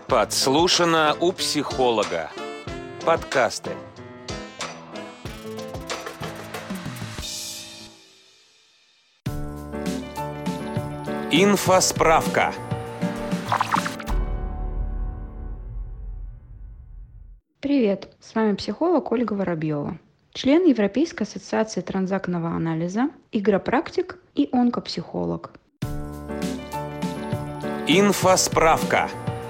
Подслушано у психолога. Подкасты. Инфосправка. Привет, с вами психолог Ольга Воробьева, член Европейской ассоциации транзактного анализа, игропрактик и онкопсихолог. Инфосправка.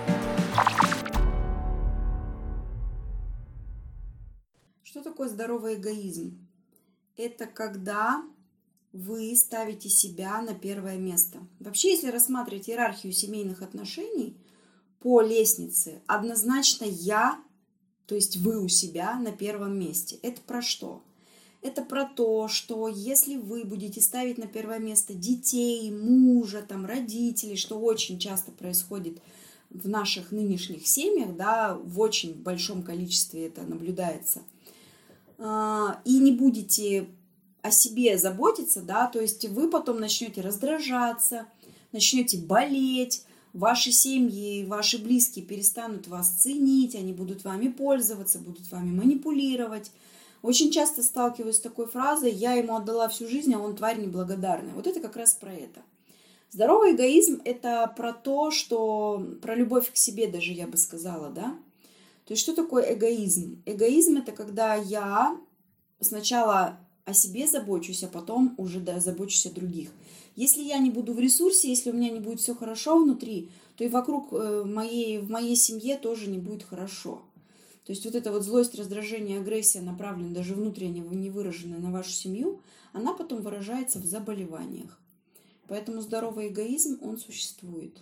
Что такое здоровый эгоизм? Это когда вы ставите себя на первое место. Вообще, если рассматривать иерархию семейных отношений по лестнице, однозначно я, то есть вы у себя на первом месте. Это про что? Это про то, что если вы будете ставить на первое место детей, мужа, родителей, что очень часто происходит в наших нынешних семьях, да, в очень большом количестве это наблюдается, и не будете о себе заботиться, да, то есть вы потом начнете раздражаться, начнете болеть, ваши семьи, ваши близкие перестанут вас ценить, они будут вами пользоваться, будут вами манипулировать. Очень часто сталкиваюсь с такой фразой: «Я ему отдала всю жизнь, а он тварь неблагодарная». Вот это как раз про это. Здоровый эгоизм – это про то, что про любовь к себе даже, я бы сказала, да. То есть что такое эгоизм? Эгоизм – это когда я сначала о себе забочусь, а потом уже забочусь о других. Если я не буду в ресурсе, если у меня не будет все хорошо внутри, то и вокруг в моей семье тоже не будет хорошо. То есть вот эта вот злость, раздражение, агрессия, направленная даже внутренне, не выраженная на вашу семью, она потом выражается в заболеваниях. Поэтому здоровый эгоизм, он существует.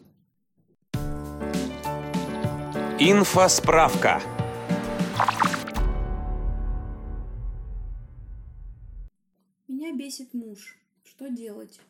Инфосправка. Меня бесит муж. Что делать?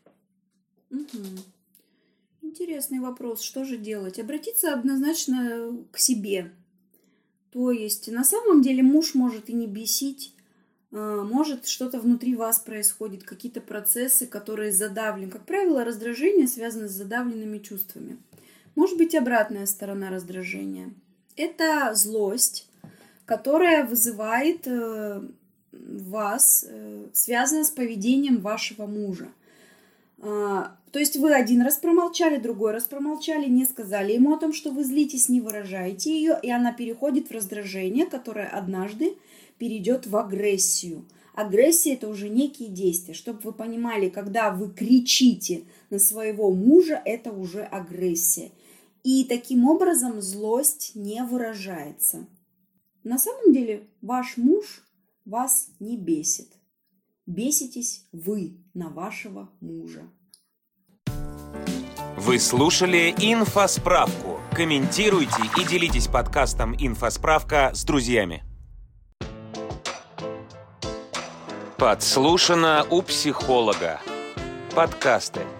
Интересный вопрос. Что же делать? Обратиться однозначно к себе. То есть на самом деле муж может и не бесить, может что-то внутри вас происходит, какие-то процессы, которые задавлены. Как правило, раздражение связано с задавленными чувствами. Может быть, обратная сторона раздражения. Это злость, которая вызывает вас, связана с поведением вашего мужа. То есть вы один раз промолчали, другой раз промолчали, не сказали ему о том, что вы злитесь, не выражаете ее, и она переходит в раздражение, которое однажды перейдет в агрессию. Агрессия – это уже некие действия. Чтобы вы понимали, когда вы кричите на своего мужа, это уже агрессия. И таким образом злость не выражается. На самом деле ваш муж вас не бесит. Беситесь вы на вашего мужа. Вы слушали «Инфосправку». Комментируйте и делитесь подкастом «Инфосправка» с друзьями. Подслушано у психолога. Подкасты.